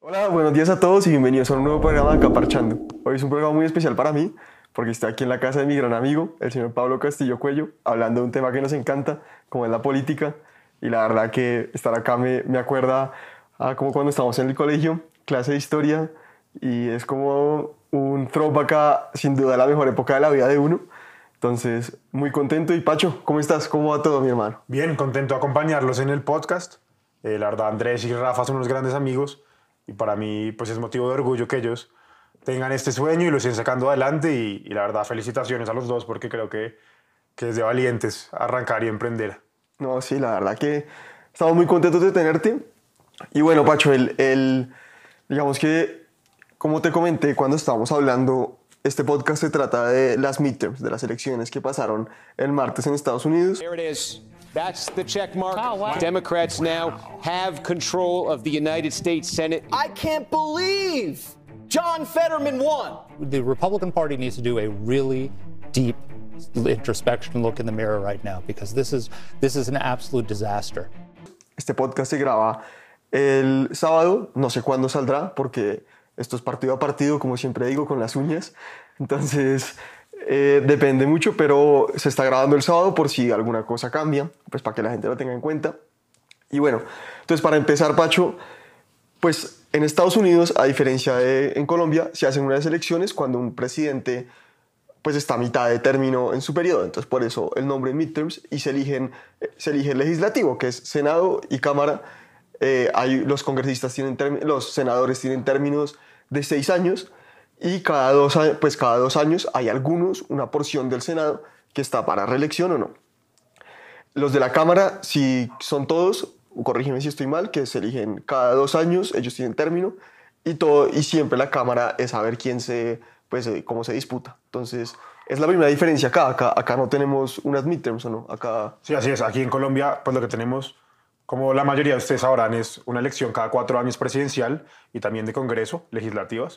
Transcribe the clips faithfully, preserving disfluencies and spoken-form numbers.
Hola, buenos días a todos y bienvenidos a un nuevo programa de Acá Parchando. Hoy es un programa muy especial para mí porque estoy aquí en la casa de mi gran amigo, el señor Pablo Castillo Cuello, hablando de un tema que nos encanta, como es la política. Y la verdad que estar acá me, me acuerda a como cuando estábamos en el colegio, clase de historia, y es como un throwback a, sin duda, la mejor época de la vida de uno. Entonces, muy contento. Y Pacho, ¿cómo estás? ¿Cómo va todo, mi hermano? Bien, contento de acompañarlos en el podcast. Eh, la verdad, Andrés y Rafa son unos grandes amigos y para mí pues es motivo de orgullo que ellos tengan este sueño y lo estén sacando adelante y, y la verdad, felicitaciones a los dos porque creo que, que es de valientes arrancar y emprender. No, sí, la verdad que estamos muy contentos de tenerte. Y bueno, Pacho, el, el, digamos que, como te comenté cuando estábamos hablando, este podcast se trata de las midterms, de las elecciones que pasaron el martes en Estados Unidos. There it is. That's the check mark. Oh, wow. Democrats now have control of the United States Senate. I can't believe John Fetterman won. The Republican Party needs to do a really deep introspection look in the mirror right now because this is this is an absolute disaster. Este podcast se graba el sábado, no sé cuándo saldrá, porque esto es partido a partido, como siempre digo, con las uñas. Entonces, eh, depende mucho, pero se está grabando el sábado por si alguna cosa cambia, pues para que la gente lo tenga en cuenta. Y bueno, entonces para empezar, Pacho, pues en Estados Unidos, a diferencia de en Colombia, se hacen unas elecciones cuando un presidente pues está a mitad de término en su periodo. Entonces, por eso el nombre midterms, y se, eligen, se elige el legislativo, que es Senado y Cámara. Eh, hay, los congresistas tienen, los senadores tienen términos de seis años y cada dos, pues cada dos años hay algunos, una porción del Senado que está para reelección o no. Los de la Cámara, si son todos, corrígeme si estoy mal, que se eligen cada dos años, ellos tienen término y, todo, y siempre la Cámara es a ver quién se, pues, cómo se disputa. Entonces, es la primera diferencia acá. Acá, acá no tenemos unas midterms, ¿o no? Acá... Sí, así es. Aquí en Colombia, pues lo que tenemos, como la mayoría de ustedes sabrán, es una elección cada cuatro años presidencial y también de Congreso, legislativas.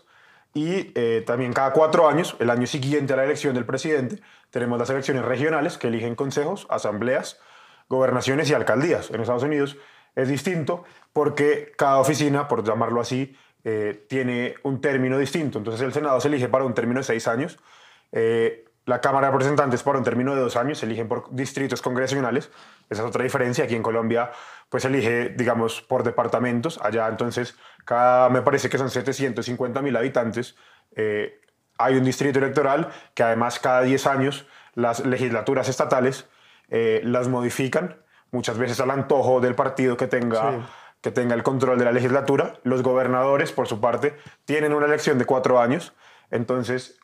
Y eh, también cada cuatro años, el año siguiente a la elección del presidente, tenemos las elecciones regionales que eligen consejos, asambleas, gobernaciones y alcaldías. En Estados Unidos es distinto porque cada oficina, por llamarlo así, eh, tiene un término distinto. Entonces el Senado se elige para un término de seis años, eh, la Cámara de Representantes para un término de dos años, se eligen por distritos congresionales. Esa es otra diferencia. Aquí en Colombia pues se elige, digamos, por departamentos. Allá entonces, cada, me parece que son setecientos cincuenta mil habitantes, eh, hay un distrito electoral que además cada diez años las legislaturas estatales eh, las modifican, muchas veces al antojo del partido que tenga, sí. que tenga el control de la legislatura. Los gobernadores, por su parte, tienen una elección de cuatro años. Entonces,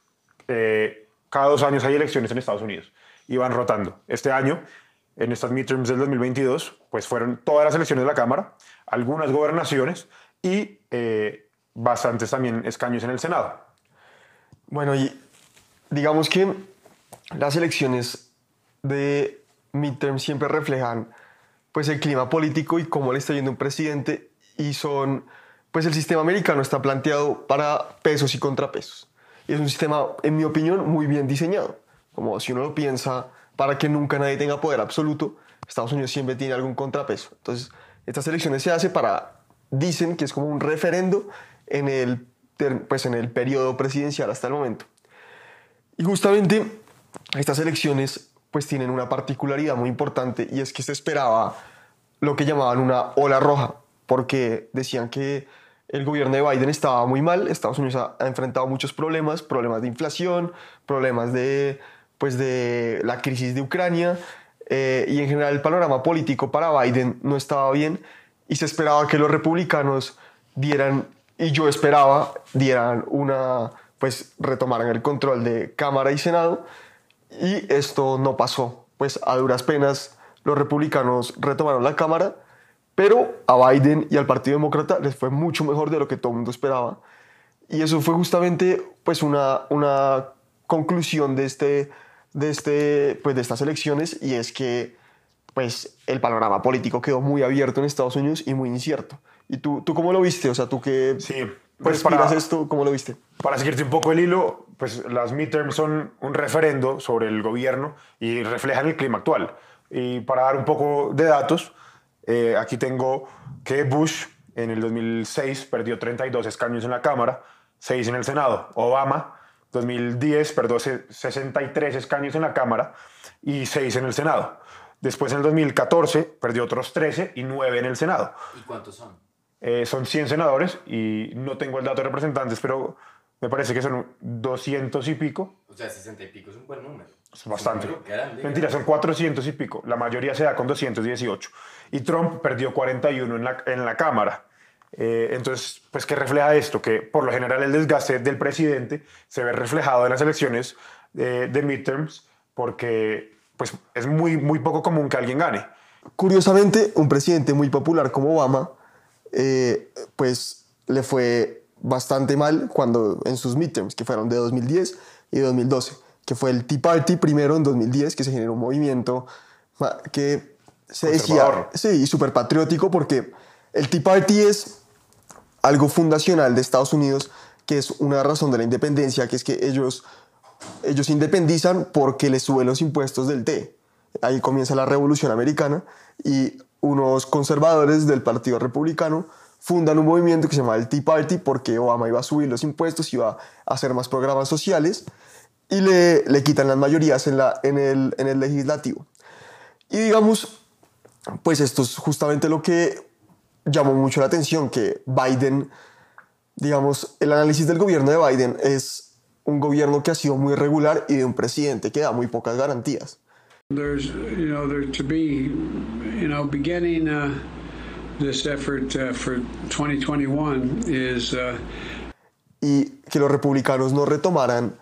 eh, cada dos años hay elecciones en Estados Unidos y van rotando. Este año, en estas midterms del dos mil veintidós, pues fueron todas las elecciones de la Cámara, algunas gobernaciones y eh, bastantes también escaños en el Senado. Bueno, y digamos que las elecciones de midterms siempre reflejan pues el clima político y cómo le está yendo un presidente, y son, pues el sistema americano está planteado para pesos y contrapesos. Y es un sistema, en mi opinión, muy bien diseñado. Como si uno lo piensa, para que nunca nadie tenga poder absoluto, Estados Unidos siempre tiene algún contrapeso. Entonces, estas elecciones se hacen para, dicen que es como un referendo en el, pues en el periodo presidencial hasta el momento. Y justamente estas elecciones pues tienen una particularidad muy importante, y es que se esperaba lo que llamaban una ola roja, porque decían que el gobierno de Biden estaba muy mal. Estados Unidos ha, ha enfrentado muchos problemas, problemas de inflación, problemas de, pues de la crisis de Ucrania, eh, y en general el panorama político para Biden no estaba bien, y se esperaba que los republicanos dieran, y yo esperaba, dieran una, pues retomaran el control de Cámara y Senado, y esto no pasó. Pues a duras penas los republicanos retomaron la Cámara, pero a Biden y al Partido Demócrata les fue mucho mejor de lo que todo el mundo esperaba. Y eso fue justamente pues una, una conclusión de, este, de, este, pues, de estas elecciones, y es que pues, el panorama político quedó muy abierto en Estados Unidos y muy incierto. ¿Y tú, tú cómo lo viste? O sea, tú que sí, pues, respiras esto, ¿cómo lo viste? Para seguirte un poco el hilo, pues las midterms son un referendo sobre el gobierno y reflejan el clima actual. Y para dar un poco de datos, eh, aquí tengo que Bush En el dos mil seis perdió treinta y dos escaños en la Cámara, seis en el Senado. Obama, dos mil diez, perdió sesenta y tres escaños en la Cámara y seis en el Senado. Después, en el dos mil catorce, perdió otros trece y nueve en el Senado. ¿Y cuántos son? Eh, son cien senadores y no tengo el dato de representantes, pero me parece que son doscientos y pico. O sea, sesenta y pico es un buen número. Es bastante. Es un número grande. Mentira, son cuatrocientos y pico. La mayoría se da con doscientos dieciocho. Y Trump perdió cuarenta y uno en la, en la Cámara. Eh, entonces, pues, ¿qué refleja esto? Que por lo general el desgaste del presidente se ve reflejado en las elecciones eh, de midterms, porque pues, es muy, muy poco común que alguien gane. Curiosamente, un presidente muy popular como Obama, eh, pues le fue bastante mal cuando en sus midterms, que fueron de dos mil diez y dos mil doce, que fue el Tea Party primero en dos mil diez, que se generó un movimiento que se decía, sí, súper patriótico, porque el Tea Party es algo fundacional de Estados Unidos, que es una razón de la independencia, que es que ellos, ellos se independizan porque les suben los impuestos del té. Ahí comienza la Revolución Americana y unos conservadores del Partido Republicano fundan un movimiento que se llama el Tea Party porque Obama iba a subir los impuestos, iba a hacer más programas sociales y le, le quitan las mayorías en, la, en, el, en el legislativo. Y digamos, pues esto es justamente lo que llamó mucho la atención, que Biden, digamos, el análisis del gobierno de Biden es un gobierno que ha sido muy irregular y de un presidente que da muy pocas garantías. There's, you know, there to be, you know, beginning uh, this effort uh, for twenty twenty-one is... Uh... Y que los republicanos no retomaran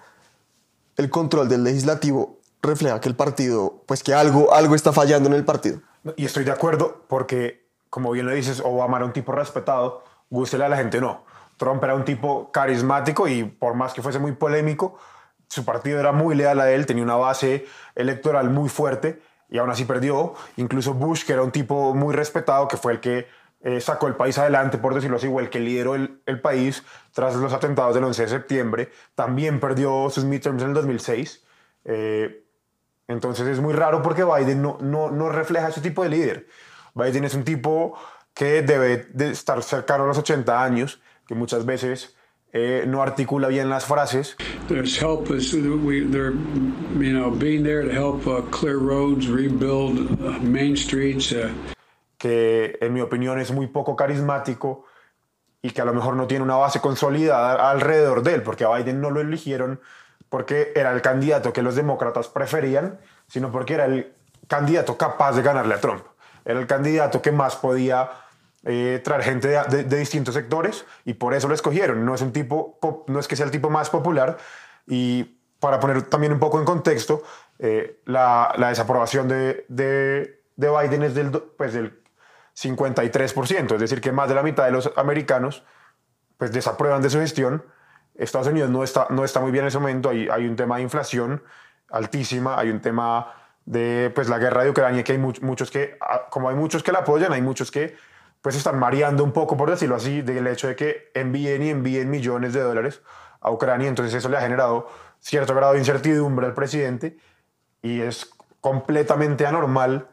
el control del legislativo refleja que el partido, pues que algo, algo está fallando en el partido. Y estoy de acuerdo porque, como bien lo dices, Obama era un tipo respetado, gústele a la gente no. Trump era un tipo carismático y por más que fuese muy polémico, su partido era muy leal a él, tenía una base electoral muy fuerte y aún así perdió. Incluso Bush, que era un tipo muy respetado, que fue el que eh, sacó el país adelante, por decirlo así, o el que lideró el, el país tras los atentados del once de septiembre, también perdió sus midterms en el dos mil seis. Eh, entonces es muy raro porque Biden no, no, no refleja ese tipo de líder. Biden es un tipo que debe de estar cercano a los ochenta años, que muchas veces eh, no articula bien las frases. There's help, is we, they're, you know, being there to help uh, clear roads, rebuild uh, main streets. Uh. Que en mi opinión es muy poco carismático y que a lo mejor no tiene una base consolidada alrededor de él, porque a Biden no lo eligieron porque era el candidato que los demócratas preferían, sino porque era el candidato capaz de ganarle a Trump. Era el candidato que más podía eh, traer gente de, de, de distintos sectores y por eso lo escogieron. No es, un tipo, no es que sea el tipo más popular. Y para poner también un poco en contexto, eh, la, la desaprobación de, de, de Biden es del, pues del cincuenta y tres por ciento, es decir, que más de la mitad de los americanos pues, desaprueban de su gestión. Estados Unidos no está, no está muy bien en ese momento, hay, hay un tema de inflación altísima, hay un tema de pues, la guerra de Ucrania, que hay much, muchos que, como hay muchos que la apoyan, hay muchos que pues, están mareando un poco, por decirlo así, del hecho de que envíen y envíen millones de dólares a Ucrania, entonces eso le ha generado cierto grado de incertidumbre al presidente y es completamente anormal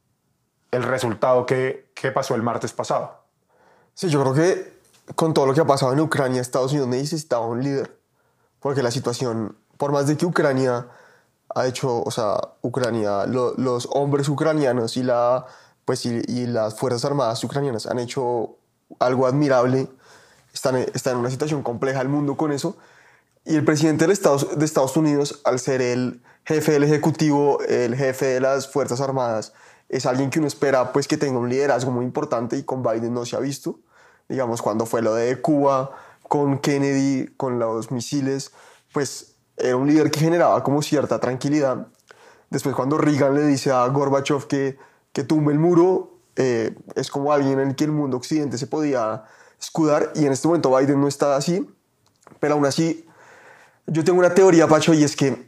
el resultado que, que pasó el martes pasado. Sí, yo creo que con todo lo que ha pasado en Ucrania, Estados Unidos necesitaba un líder, porque la situación, por más de que Ucrania ha hecho, o sea, Ucrania, lo, los hombres ucranianos y, la, pues, y, y las Fuerzas Armadas ucranianas han hecho algo admirable, están, están en una situación compleja el mundo con eso, y el presidente de Estados, de Estados Unidos, al ser el jefe del Ejecutivo, el jefe de las Fuerzas Armadas, es alguien que uno espera pues, que tenga un liderazgo muy importante y con Biden no se ha visto. Digamos, cuando fue lo de Cuba, con Kennedy, con los misiles, pues era un líder que generaba como cierta tranquilidad. Después cuando Reagan le dice a Gorbachev que, que tumbe el muro, eh, es como alguien en el que el mundo occidente se podía escudar y en este momento Biden no está así, pero aún así yo tengo una teoría, Pacho, y es que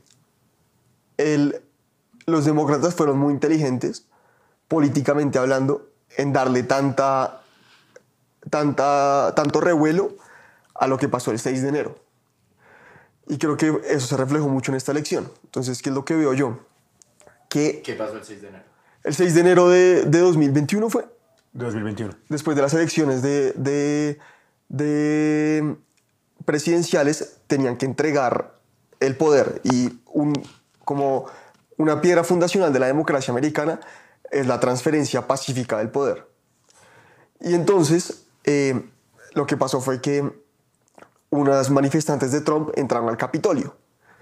el, los demócratas fueron muy inteligentes, políticamente hablando, en darle tanta... Tanta, tanto revuelo a lo que pasó el seis de enero. Y creo que eso se reflejó mucho en esta elección. Entonces, ¿qué es lo que veo yo? Que ¿Qué pasó el seis de enero? El seis de enero de, de dos mil veintiuno fue. De dos mil veintiuno. Después de las elecciones de, de, de presidenciales, tenían que entregar el poder. Y un, como una piedra fundacional de la democracia americana es la transferencia pacífica del poder. Y entonces, eh, lo que pasó fue que unas manifestantes de Trump entraron al Capitolio.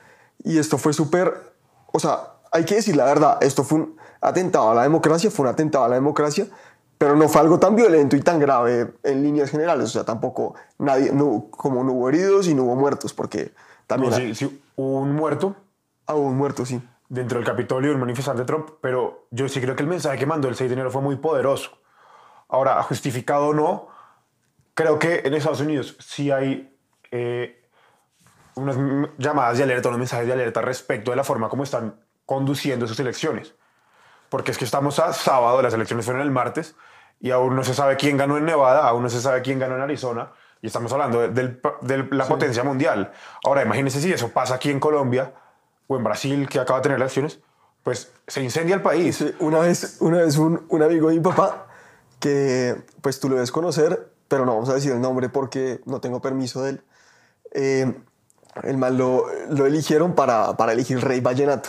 Y esto fue súper... O sea, hay que decir la verdad, esto fue un atentado a la democracia, fue un atentado a la democracia, pero no fue algo tan violento y tan grave en líneas generales. O sea, tampoco nadie, no, como no hubo heridos y no hubo muertos, porque también... No, sí, sí, hubo un muerto. Ah, hubo un muerto, sí. Dentro del Capitolio, un manifestante de Trump, pero yo sí creo que el mensaje que mandó el seis de enero fue muy poderoso. Ahora, justificado o no, creo que en Estados Unidos sí hay eh, unas llamadas de alerta, unos mensajes de alerta respecto de la forma como están conduciendo sus elecciones. Porque es que estamos a sábado, las elecciones fueron el martes, y aún no se sabe quién ganó en Nevada, aún no se sabe quién ganó en Arizona, y estamos hablando de, de, de la sí. potencia mundial. Ahora, imagínense si eso pasa aquí en Colombia o en Brasil, que acaba de tener elecciones, pues se incendia el país. Sí, una vez, una vez un, un amigo de mi papá, que pues tú lo debes conocer, pero no vamos a decir el nombre porque no tengo permiso de él. Eh, el man lo, lo eligieron para, para elegir rey vallenato.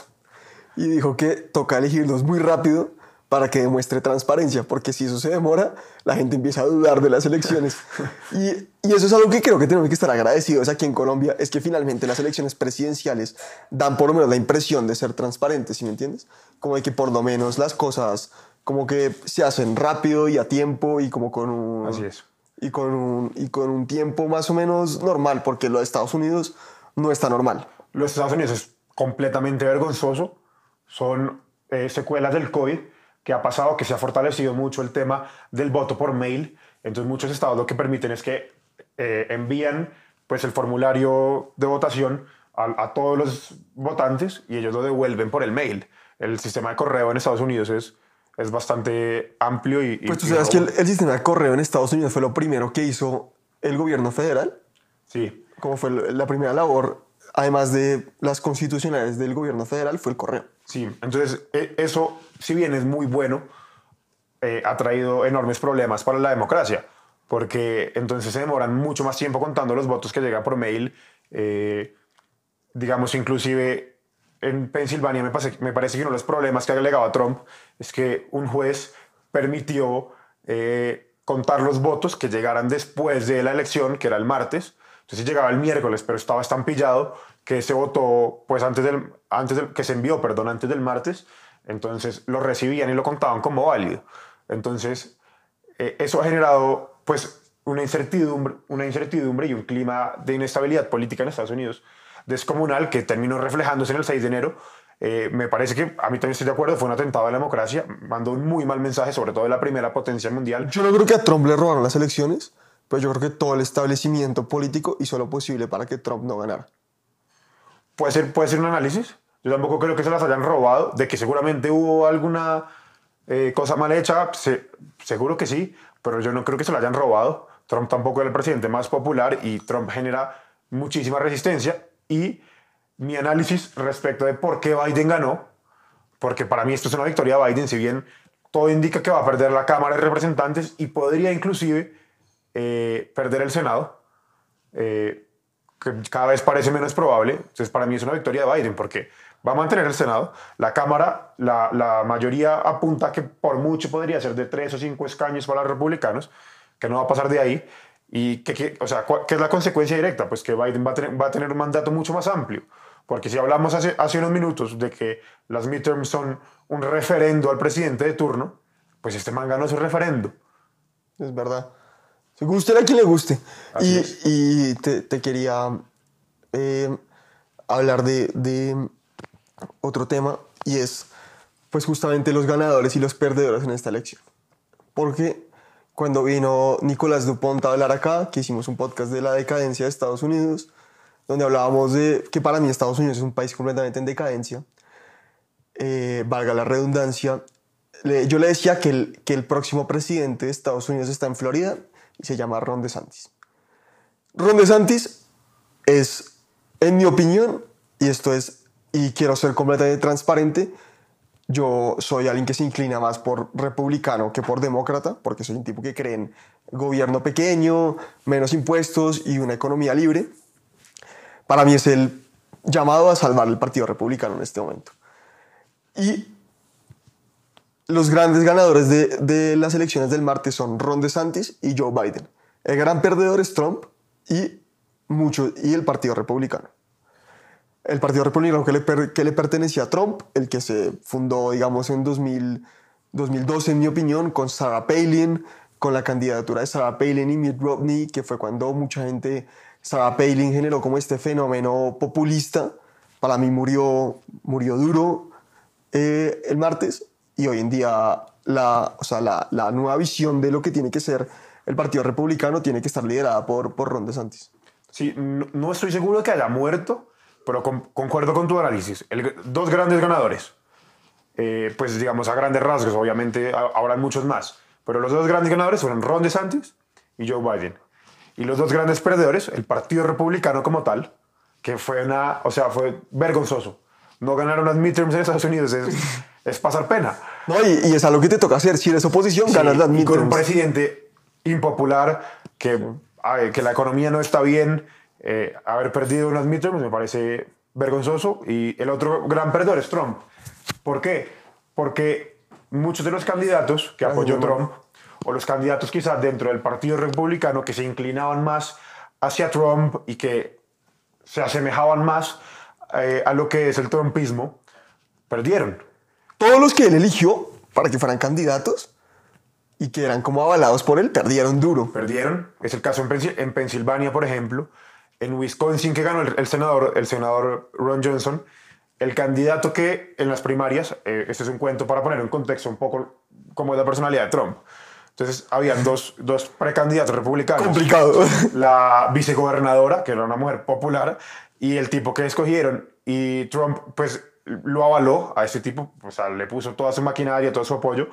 Y dijo que toca elegirlos muy rápido para que demuestre transparencia, porque si eso se demora, la gente empieza a dudar de las elecciones. Y, y eso es algo que creo que tenemos que estar agradecidos aquí en Colombia, es que finalmente las elecciones presidenciales dan por lo menos la impresión de ser transparentes, ¿sí me entiendes? Como de que por lo menos las cosas como que se hacen rápido y a tiempo y como con un... Así es. Y con un, y con un tiempo más o menos normal, porque lo de Estados Unidos no está normal. Lo de Estados Unidos es completamente vergonzoso. Son eh, secuelas del COVID que ha pasado, que se ha fortalecido mucho el tema del voto por mail. Entonces muchos estados lo que permiten es que eh, envían pues, el formulario de votación a, a todos los votantes y ellos lo devuelven por el mail. El sistema de correo en Estados Unidos es, es bastante amplio. Y, pues tú y sabes que el, el sistema de correo en Estados Unidos fue lo primero que hizo el gobierno federal. Sí. Como fue la primera labor, además de las constitucionales del gobierno federal, fue el correo. Sí, entonces eso, si bien es muy bueno, eh, ha traído enormes problemas para la democracia, porque entonces se demoran mucho más tiempo contando los votos que llegan por mail. Eh, digamos, inclusive en Pensilvania me parece, me parece que uno de los problemas que ha alegado Trump es que un juez permitió eh, contar los votos que llegaran después de la elección, que era el martes. Entonces llegaba el miércoles, pero estaba estampillado que se votó, pues antes del, antes del, que se envió, perdón, antes del martes. Entonces lo recibían y lo contaban como válido. Entonces eh, eso ha generado, pues, una incertidumbre, una incertidumbre y un clima de inestabilidad política en Estados Unidos descomunal que terminó reflejándose en el seis de enero. Eh, me parece que, a mí también estoy de acuerdo, fue un atentado a la democracia, mandó un muy mal mensaje, sobre todo de la primera potencia mundial. Yo no creo que a Trump le robaron las elecciones, pero yo creo que todo el establecimiento político hizo lo posible para que Trump no ganara. Puede ser, puede ser un análisis. Yo tampoco creo que se las hayan robado, de que seguramente hubo alguna eh, cosa mal hecha, se, seguro que sí, pero yo no creo que se la hayan robado. Trump tampoco era el presidente más popular y Trump genera muchísima resistencia. Y mi análisis respecto de por qué Biden ganó, porque para mí esto es una victoria de Biden, si bien todo indica que va a perder la Cámara de Representantes y podría inclusive eh, perder el Senado, eh, que cada vez parece menos probable. Entonces para mí es una victoria de Biden porque va a mantener el Senado. La Cámara, la, la mayoría apunta que por mucho podría ser de tres o cinco escaños para los republicanos, que no va a pasar de ahí. ¿Y que, que, o sea, qué es la consecuencia directa? Pues que Biden va a, tener, va a tener un mandato mucho más amplio. Porque si hablamos hace, hace unos minutos de que las midterms son un referendo al presidente de turno, pues este man ganó su referendo. Es verdad. Se guste a quien le guste. Así y es. y te, te quería eh, hablar de, de otro tema, y es pues justamente los ganadores y los perdedores en esta elección. Porque cuando vino Nicolás Dupont a hablar acá, que hicimos un podcast de la decadencia de Estados Unidos, donde hablábamos de que para mí Estados Unidos es un país completamente en decadencia, eh, valga la redundancia, le, yo le decía que el, que el próximo presidente de Estados Unidos está en Florida y se llama Ron DeSantis. Ron DeSantis es, en mi opinión, y esto es, y quiero ser completamente transparente, yo soy alguien que se inclina más por republicano que por demócrata, porque soy un tipo que cree en gobierno pequeño, menos impuestos y una economía libre. Para mí es el llamado a salvar el Partido Republicano en este momento. Y los grandes ganadores de, de las elecciones del martes son Ron DeSantis y Joe Biden. El gran perdedor es Trump y, mucho, y el Partido Republicano. El Partido Republicano que le, per, que le pertenecía a Trump, el que se fundó, digamos, en dos mil, dos mil doce, en mi opinión, con Sarah Palin, con la candidatura de Sarah Palin y Mitt Romney, que fue cuando mucha gente... Sarah Palin generó como este fenómeno populista. Para mí murió, murió duro eh, el martes, y hoy en día la, o sea, la, la nueva visión de lo que tiene que ser el Partido Republicano tiene que estar liderada por, por Ron DeSantis. Sí, no, no estoy seguro de que haya muerto, pero con, concuerdo con tu análisis. El, dos grandes ganadores, eh, pues digamos a grandes rasgos, obviamente habrá muchos más, pero los dos grandes ganadores fueron Ron DeSantis y Joe Biden. Y los dos grandes perdedores, el Partido Republicano como tal, que fue una, o sea, fue vergonzoso. No ganaron las midterms en Estados Unidos, es, es pasar pena. No, y, y es algo que te toca hacer. Si eres oposición, Sí, ganas las y midterms. con un presidente impopular, que, a ver, que la economía no está bien, eh, haber perdido unas midterms me parece vergonzoso. Y el otro gran perdedor es Trump. ¿Por qué? Porque muchos de los candidatos que apoyó Trump, o los candidatos quizás dentro del Partido Republicano que se inclinaban más hacia Trump y que se asemejaban más eh, a lo que es el trumpismo, perdieron. Todos los que él eligió para que fueran candidatos y que eran como avalados por él, perdieron duro. Perdieron. Es el caso en, Pensil en Pensilvania, por ejemplo. En Wisconsin, que ganó el, el, senador, el senador Ron Johnson, el candidato que en las primarias, eh, este es un cuento para poner en contexto un poco cómo es la personalidad de Trump. Entonces, habían dos, dos precandidatos republicanos. Complicado. La vicegobernadora, que era una mujer popular, y el tipo que escogieron. Y Trump, pues, lo avaló a ese tipo, o sea, le puso toda su maquinaria, todo su apoyo,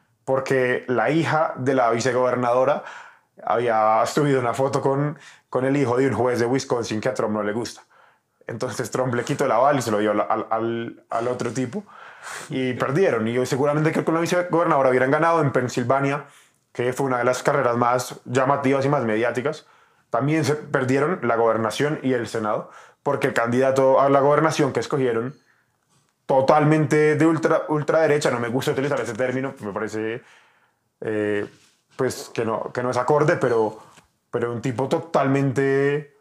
porque la hija de la vicegobernadora había subido una foto con, con el hijo de un juez de Wisconsin que a Trump no le gusta. Entonces, Trump le quitó el aval y se lo dio al, al, al otro tipo. Y perdieron. Y seguramente que con la vicegobernadora hubieran ganado en Pensilvania, que fue una de las carreras más llamativas y más mediáticas. También se perdieron la gobernación y el Senado, porque el candidato a la gobernación que escogieron, totalmente de ultra, ultraderecha, no me gusta utilizar ese término, me parece eh, pues que no, que no es acorde, pero, pero un tipo totalmente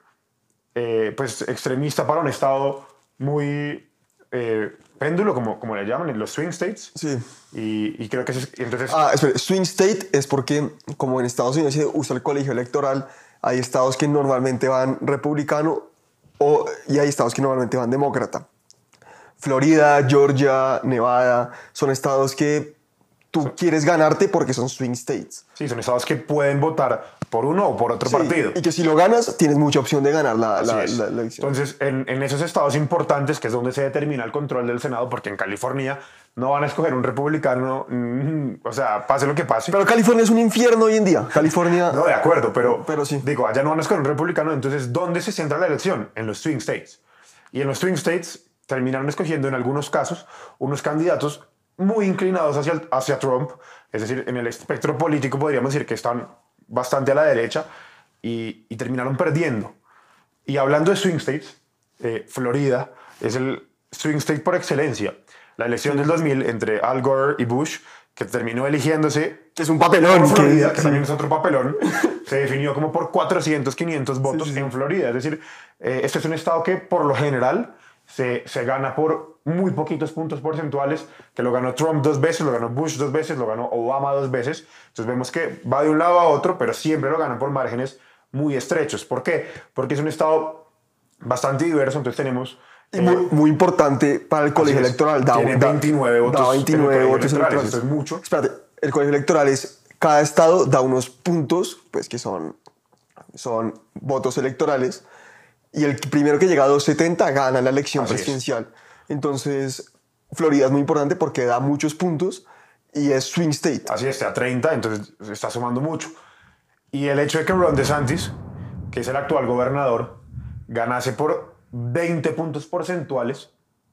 eh, pues extremista para un estado muy eh, péndulo, como, como le llaman, en los swing states. Sí. Y, y creo que es, entonces... Ah, espera, swing state es porque, como en Estados Unidos se usa el colegio electoral, hay estados que normalmente van republicano o, y hay estados que normalmente van demócrata. Florida, Georgia, Nevada, son estados que tú quieres ganarte porque son swing states. Sí, son estados que pueden votar por uno o por otro Sí, partido. y que si lo ganas, tienes mucha opción de ganar la, la, Así es. la, la elección. Entonces, en, en esos estados importantes, que es donde se determina el control del Senado, porque en California no van a escoger un republicano, mm, o sea, pase lo que pase. Pero California es un infierno hoy en día. California... No, de acuerdo, pero, Pero sí. digo, allá no van a escoger un republicano, entonces, ¿dónde se centra la elección? En los swing states. Y en los swing states terminaron escogiendo, en algunos casos, unos candidatos muy inclinados hacia, el- hacia Trump, es decir, en el espectro político podríamos decir que están bastante a la derecha, y, y terminaron perdiendo. Y hablando de swing states, eh, Florida es el swing state por excelencia. La elección del dos mil entre Al Gore y Bush, que terminó eligiéndose Que es un papelón. por Florida, que, que, también es otro papelón, se definió como por cuatrocientos, quinientos votos Sí, sí, sí. en Florida. Es decir, eh, este es un estado que por lo general se, se gana por muy poquitos puntos porcentuales, que lo ganó Trump dos veces, lo ganó Bush dos veces, lo ganó Obama dos veces. Entonces vemos que va de un lado a otro, pero siempre lo ganan por márgenes muy estrechos. ¿Por qué? Porque es un estado bastante diverso, entonces tenemos... y eh, muy, muy importante para el colegio es. electoral. Da, Tiene da- veintinueve votos da en el veintinueve colegio votos electoral, electorales. eso es mucho. Espérate, el colegio electoral es... Cada estado da unos puntos, pues que son, son votos electorales, y el primero que llega a doscientos setenta gana la elección Así es. presidencial. Entonces, Florida es muy importante porque da muchos puntos y es swing state. Así es, a treinta, entonces se está sumando mucho. Y el hecho de que Ron DeSantis, que es el actual gobernador, ganase por veinte puntos porcentuales,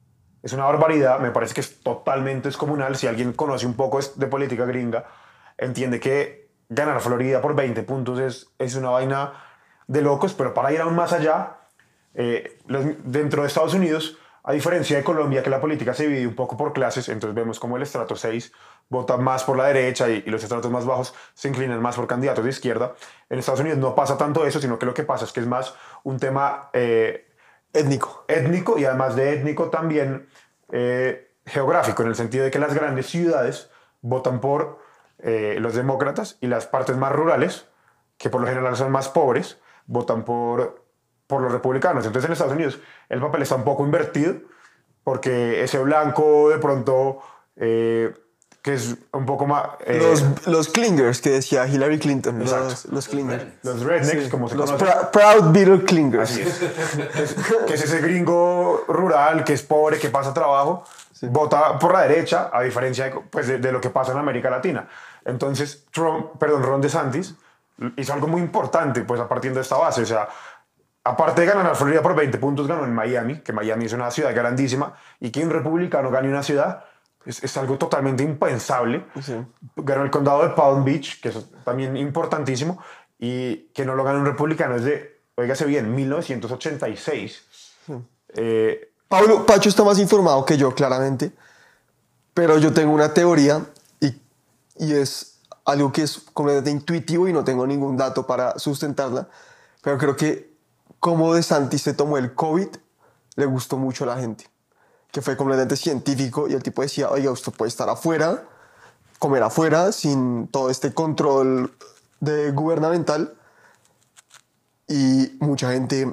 es una barbaridad, me parece que es totalmente descomunal. Si alguien conoce un poco de política gringa, entiende que ganar Florida por veinte puntos es, es una vaina de locos, pero para ir aún más allá, eh, los, dentro de Estados Unidos, a diferencia de Colombia, que la política se divide un poco por clases, entonces vemos como el estrato seis vota más por la derecha y, y los estratos más bajos se inclinan más por candidatos de izquierda. En Estados Unidos no pasa tanto eso, sino que lo que pasa es que es más un tema eh, Étnico. étnico y además de étnico también eh, geográfico, en el sentido de que las grandes ciudades votan por eh, los demócratas y las partes más rurales, que por lo general son más pobres, votan por, por los republicanos. Entonces en Estados Unidos el papel está un poco invertido porque ese blanco de pronto... Eh, que es un poco más... Eh, Los, los clingers que decía Hillary Clinton. Los, Exacto. los clingers. los rednecks, Sí, como se los conoce. pr- Proud Beetle Clingers. Así es. Es- que es ese gringo rural, que es pobre, que pasa trabajo, vota por la derecha, a diferencia de, pues, de, de lo que pasa en América Latina. Entonces, Trump, perdón, Ron DeSantis hizo algo muy importante, pues a partir de esta base. O sea, aparte de ganar a Florida por veinte puntos, ganó en Miami, que Miami es una ciudad grandísima, y que un republicano gane una ciudad es, es algo totalmente impensable. Sí. Ganó el condado de Palm Beach, que es también importantísimo, y que no lo gane un republicano es de, óigase bien, mil novecientos ochenta y seis. Eh, Pablo, Pacho está más informado que yo, claramente. Pero yo tengo una teoría y, y es algo que es completamente intuitivo y no tengo ningún dato para sustentarla. Pero creo que como DeSantis se tomó el COVID, le gustó mucho a la gente. Que fue completamente científico y el tipo decía, oiga, usted puede estar afuera, comer afuera, sin todo este control de gubernamental. Y mucha gente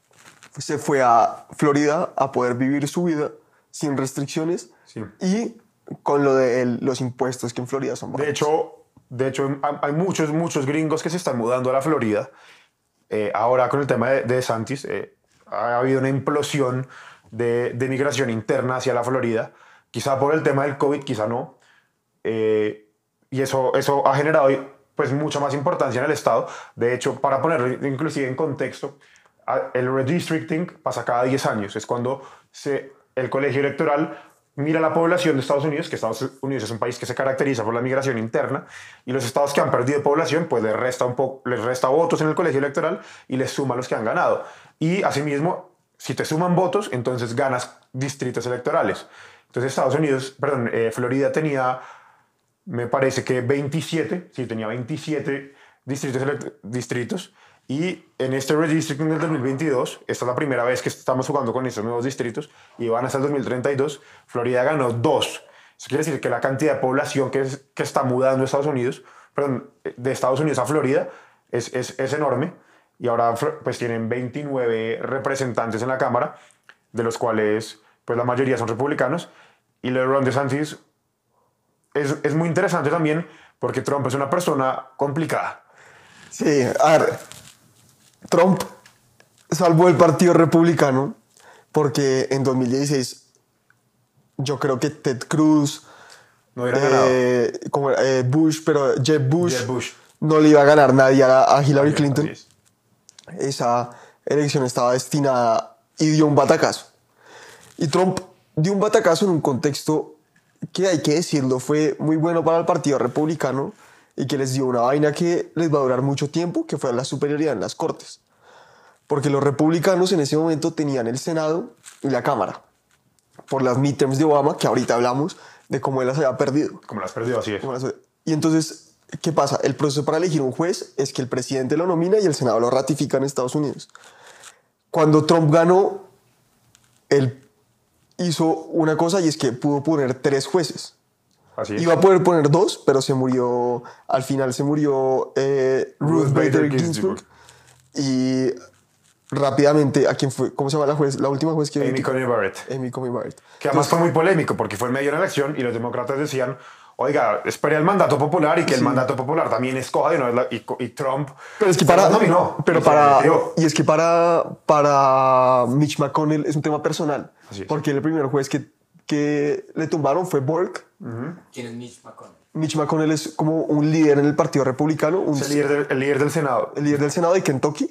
se fue a Florida a poder vivir su vida sin restricciones Sí. y con lo de el- los impuestos que en Florida son bajos. De hecho, de hecho, hay- hay muchos, muchos gringos que se están mudando a la Florida. Eh, ahora con el tema de, de DeSantis, eh, ha habido una implosión de, de migración interna hacia la Florida. Quizá por el tema del COVID, quizá no. Eh, y eso, eso ha generado pues, mucha más importancia en el Estado. De hecho, para ponerlo inclusive en contexto, a- el redistricting pasa cada diez años. Es cuando se, el colegio electoral mira la población de Estados Unidos, que Estados Unidos es un país que se caracteriza por la migración interna, y los estados que han perdido población, pues les resta, un poco, les resta votos en el colegio electoral y les suma los que han ganado. Y asimismo, si te suman votos, entonces ganas distritos electorales. Entonces Estados Unidos, perdón, eh, Florida tenía, me parece que veintisiete, sí, tenía veintisiete distritos, elect- distritos, y en este redistricting del dos mil veintidós, esta es la primera vez que estamos jugando con estos nuevos distritos, y van hasta el dos mil treinta y dos, Florida ganó dos. Eso quiere decir que la cantidad de población que, es, que está mudando a Estados Unidos, perdón, de Estados Unidos a Florida, es, es, es enorme, y ahora pues tienen veintinueve representantes en la Cámara, de los cuales pues la mayoría son republicanos, y lo de Ron DeSantis es, es muy interesante también porque Trump es una persona complicada. Sí, a ver, Trump salvó el Partido Republicano porque en dos mil dieciséis yo creo que Ted Cruz, No hubiera eh, como, eh, Bush, pero Jeb Bush, Jeb Bush. no le iba a ganar nadie a, a Hillary ganado. Clinton. Así es. Esa elección estaba destinada y dio un batacazo. Y Trump dio un batacazo en un contexto que, hay que decirlo, fue muy bueno para el Partido Republicano y que les dio una vaina que les va a durar mucho tiempo, que fue la superioridad en las Cortes. Porque los republicanos en ese momento tenían el Senado y la Cámara, por las midterms de Obama, que ahorita hablamos de cómo él las había perdido. Como las perdió, así es. Como las- Y entonces, ¿qué pasa? El proceso para elegir un juez es que el presidente lo nomina y el Senado lo ratifica en Estados Unidos. Cuando Trump ganó, él hizo una cosa y es que pudo poner tres jueces. Así es. Iba a poder poner dos, pero se murió, al final se murió eh, Ruth, Ruth Bader Bader Ginsburg. Ginsburg. Y rápidamente, ¿a quién fue? ¿Cómo se llama la juez? La última juez que... Amy Coney Barrett. Amy Coney Barrett. Que además fue muy polémico porque fue en medio de una elección y los demócratas decían, oiga, espere el mandato popular y que el mandato popular también escoja de una vez la- y, co- y Trump... Pero es que se para, las nominó pero y se para, las metió. y es que para, para Mitch McConnell es un tema personal. Así es. Porque el primer juez que, que le tumbaron fue Bork. ¿Quién es Mitch McConnell? Mitch McConnell es como un líder en el Partido Republicano, un, Es el líder, del, el líder del Senado. el líder del Senado de Kentucky. Ok.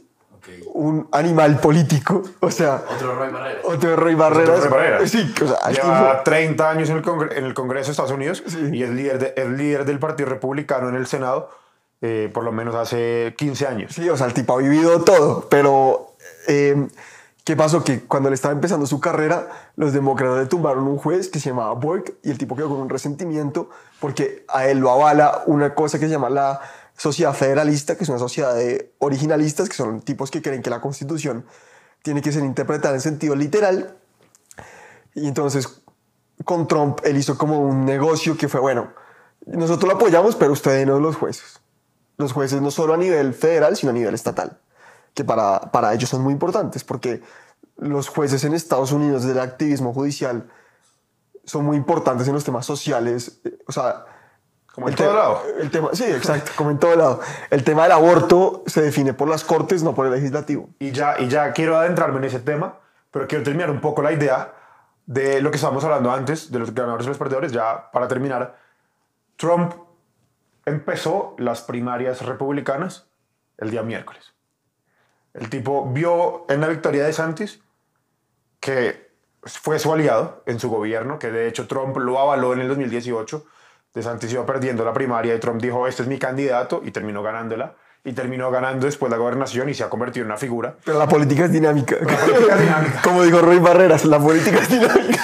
Okay. un animal político, o sea... Otro Roy Barreras. Otro Roy Barreras. Otro Roy Barreras. Sí, o sea, Lleva tipo, treinta años en el, Congre en el Congreso de Estados Unidos Sí. y es líder, de, es líder del Partido Republicano en el Senado, eh, por lo menos hace quince años. sí, o sea, el tipo ha vivido todo, pero eh, ¿qué pasó? Que cuando le estaba empezando su carrera, los demócratas le tumbaron un juez que se llamaba Bork y el tipo quedó con un resentimiento porque a él lo avala una cosa que se llama la Sociedad Federalista, que es una sociedad de originalistas, que son tipos que creen que la Constitución tiene que ser interpretada en sentido literal. Y entonces, con Trump, él hizo como un negocio que fue, bueno, nosotros lo apoyamos, pero ustedes no los jueces. Los jueces no solo a nivel federal, sino a nivel estatal, que para, para ellos son muy importantes, porque los jueces en Estados Unidos del activismo judicial son muy importantes en los temas sociales, eh, o sea... Como en el todo te- lado. El tema, sí, exacto, como en todo lado. El tema del aborto se define por las cortes, no por el legislativo. Y ya, y ya quiero adentrarme en ese tema, pero quiero terminar un poco la idea de lo que estábamos hablando antes, de los ganadores y los perdedores, ya para terminar. Trump empezó las primarias republicanas el día miércoles. El tipo vio en la victoria de DeSantis que fue su aliado en su gobierno, que de hecho Trump lo avaló en el dos mil dieciocho. DeSantis iba perdiendo la primaria y Trump dijo, este es mi candidato, y terminó ganándola. Y terminó ganando después la gobernación y se ha convertido en una figura. Pero la política es dinámica. La política es dinámica. Como dijo Roy Barreras, la política es dinámica.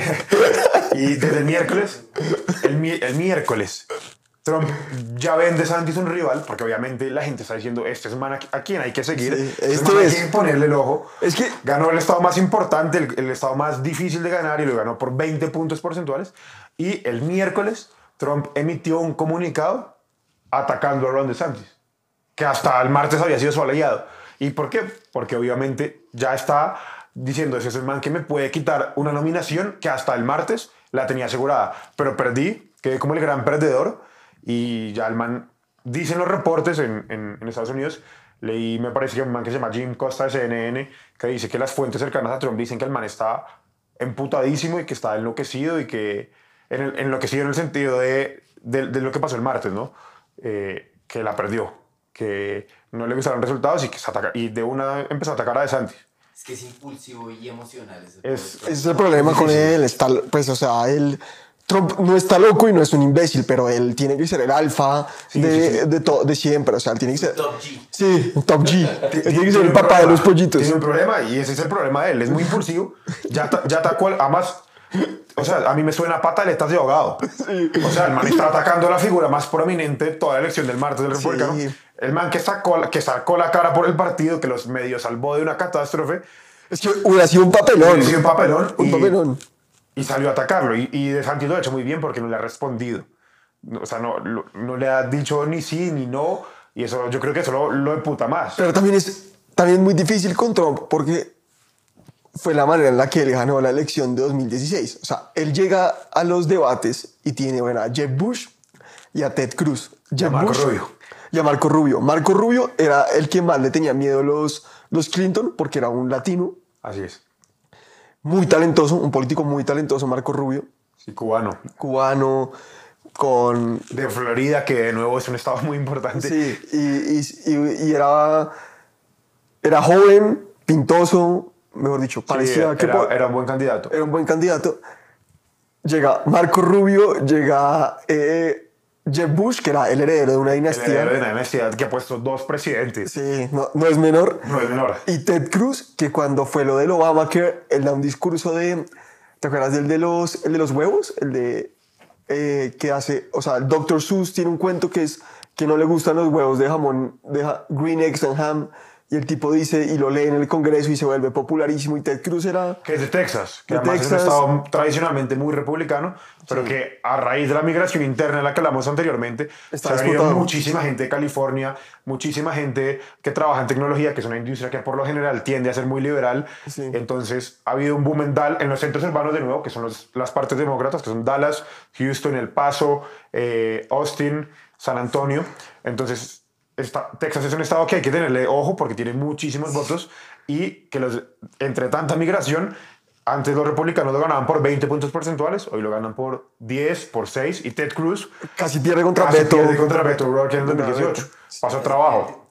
Y desde el miércoles, el, mi- el miércoles, Trump ya ve en DeSantis un rival, porque obviamente la gente está diciendo, este es man a, a quien hay que seguir, Sí, este esto man hay es. que ponerle el ojo. Es que- ganó el estado más importante, el, el estado más difícil de ganar, y lo ganó por veinte puntos porcentuales. Y el miércoles, Trump emitió un comunicado atacando a Ron DeSantis, que hasta el martes había sido su aliado. ¿Y por qué? Porque obviamente ya está diciendo, ese es el man que me puede quitar una nominación que hasta el martes la tenía asegurada, pero perdí, quedé como el gran perdedor, y ya el man, dicen los reportes en, en, en Estados Unidos, leí, me parece que un man que se llama Jim Costa de C N N, que dice que las fuentes cercanas a Trump dicen que el man está emputadísimo y que está enloquecido, y que en el, enloquecido en el sentido de, de, de lo que pasó el martes, ¿no? Eh, que la perdió, que no le gustaron los resultados y que se ataca, y de una empezó a atacar a DeSantis. Es que es impulsivo y emocional. Ese Es- pobre Ese es el problema con él. Está, pues, o sea, él... Trump no está loco y no es un imbécil, pero él tiene que ser el alfa Sí, de, sí, sí. De, to- de siempre. O sea, él tiene que ser... Top G. Sí, un top G. Él tiene que ser Tiene el un papá problema, de los pollitos. Tiene un problema, y ese es el problema de él. Es muy impulsivo. Ya, ta- ya atacó, al- además, o sea, a mí me suena a pataletas de ahogado. O sea, el man está atacando a la figura más prominente de toda la elección del martes del Sí. republicano. El man que sacó, la- que sacó la cara por el partido, que los medios salvó de una catástrofe. Es que hubiera sido un papelón. Hubiera sido un papelón. Un y, papelón. Y salió a atacarlo. Y, y DeSantis lo ha hecho muy bien porque no le ha respondido. No, o sea, no, lo- no le ha dicho ni sí ni no. Y eso, yo creo que eso lo, lo emputa más. Pero también es también muy difícil con Trump porque fue la manera en la que él ganó la elección de dos mil dieciséis. O sea, él llega a los debates y tiene, bueno, a Jeb Bush y a Ted Cruz. Jeb Marco Bush Rubio. Y a Marco Rubio. Marco Rubio era el que más le tenía miedo a los, los Clinton porque era un latino Así es. muy talentoso, un político muy talentoso, Marco Rubio, Sí, cubano. cubano, con... De Florida, que de nuevo es un estado muy importante. Sí, y, y- y- y era, era joven, pintoso, mejor dicho, Sí, parecía que era, po- era un buen candidato. era un buen candidato. Llega Marco Rubio, llega eh, Jeb Bush, que era el heredero de una El dinastía. heredero de una dinastía que ha puesto dos presidentes. Sí, no, no es menor. No es menor. Y Ted Cruz, que cuando fue lo del Obamacare, él da un discurso de... ¿Te acuerdas del de los, el de los huevos? El de... eh, que hace... O sea, el doctor Seuss tiene un cuento que es que no le gustan los huevos de jamón, de ja- green eggs and ham. Y el tipo dice, y lo lee en el Congreso y se vuelve popularísimo. Y Ted Cruz era... Que es de Texas, que De además Texas. es un estado tradicionalmente muy republicano, pero que a raíz de la migración interna de la que hablamos anteriormente, Está se ha venido disputado. muchísima gente de California, muchísima gente que trabaja en tecnología, que es una industria que por lo general tiende a ser muy liberal. Sí. Entonces ha habido un boom en, Dal- en los centros urbanos de nuevo, que son los- las partes demócratas, que son Dallas, Houston, El Paso, eh, Austin, San Antonio. Entonces... Esta- Texas es un estado que hay que tenerle ojo porque tiene muchísimos votos, y que los, entre tanta migración, antes los republicanos lo ganaban por veinte puntos porcentuales, hoy lo ganan por diez, por seis, y Ted Cruz Casi pierde contra casi Beto. pierde contra Beto O'Rourke en el dos mil Contra dieciocho. Beto. Pasó trabajo.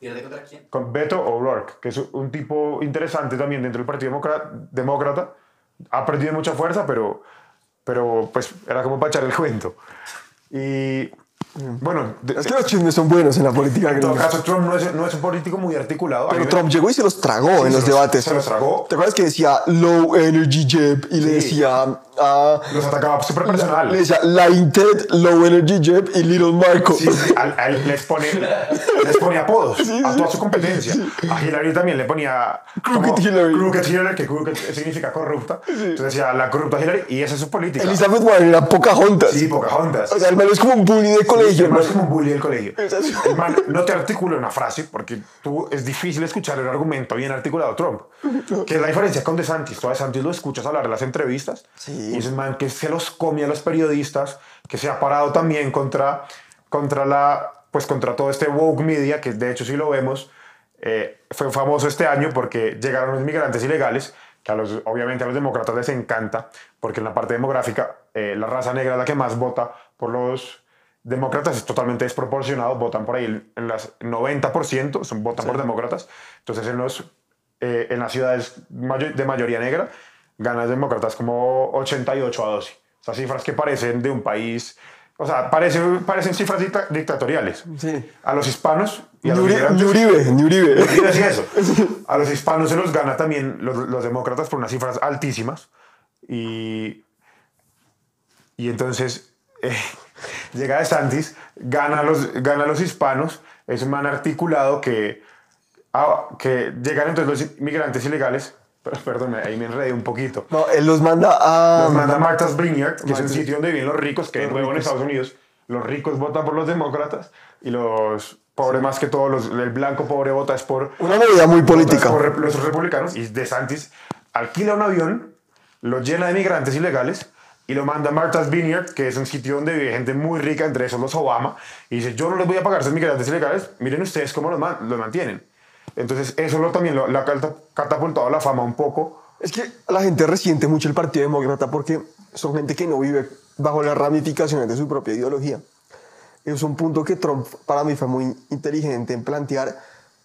¿Pierde contra quién? Con Beto O'Rourke, que es un tipo interesante también dentro del Partido Demócrata. Demócrata. Ha perdido mucha fuerza, pero, pero pues era como para echar el cuento. Y bueno, de, Es que los chismes son buenos en la política en todo gringa. caso, Trump no es, no es un político muy articulado. A Pero mí me- Trump llegó y se los tragó Sí, en se los los- debates. se los tragó. ¿Te acuerdas que decía low energy jeb y le Sí. decía a... los atacaba súper personal. Le decía Line Ted, low energy jeb y Little Marco. Sí, sí, a, a él les, pone, les ponía apodos a toda su competencia. A Hillary también le ponía Crooked como Hillary. Crooked Hillary, que crooked significa corrupta. Entonces decía la corrupta Hillary y esa es su política. Elizabeth Warren era Pocahontas. Sí, Pocahontas. O sea, el man es como un bully de colegio. El man es hermano. como un bully del colegio. Esa es- El man no te articula una frase porque tú es difícil escuchar el argumento bien articulado a Trump. Que es la diferencia con DeSantis. Tú a DeSantis lo escuchas hablar en las entrevistas Sí. y es un man que se los come a los periodistas, que se ha parado también contra, contra, la, pues contra todo este woke media, que de hecho si lo vemos, eh, fue famoso este año porque llegaron los inmigrantes ilegales, que a los, obviamente a los demócratas les encanta, porque en la parte demográfica eh, la raza negra es la que más vota por los demócratas, es totalmente desproporcionado, votan por ahí en, en las noventa por ciento, son, votan por demócratas, entonces en, los, eh, en las ciudades mayo- de mayoría negra ganan demócratas como ochenta y ocho a doce. Esas cifras que parecen de un país, o sea, parecen, parecen cifras dicta- dictatoriales. Sí. A los hispanos y a los Ni Uri- migrantes- ni Uribe, ni Uribe. Quiero decir eso. A los hispanos se los gana también los, los demócratas por unas cifras altísimas. Y, y entonces eh, llega DeSantis, gana a, los, gana a los hispanos, es un man articulado que, ah, que llegan entonces los inmigrantes ilegales. Pero, perdón, ahí me enredé un poquito. No, él los manda a... Los manda a Martha's Vineyard, que es un Martha's- sitio donde viven los ricos, que de Los nuevo en ricos. Estados Unidos los ricos votan por los demócratas y los pobres más que todos, los, el blanco pobre vota es por, Una movida muy política. por rep- los republicanos. Y DeSantis alquila un avión, lo llena de migrantes ilegales y lo manda a Martha's Vineyard, que es un sitio donde vive gente muy rica, entre esos los Obama, y dice, yo no les voy a pagar a esos migrantes ilegales, miren ustedes cómo los, man- los mantienen. Entonces eso lo, también lo, lo ha cata- catapultado a la fama un poco. Es que la gente resiente mucho el Partido Demócrata porque son gente que no vive bajo las ramificaciones de su propia ideología. Es un punto que Trump para mí fue muy inteligente en plantear.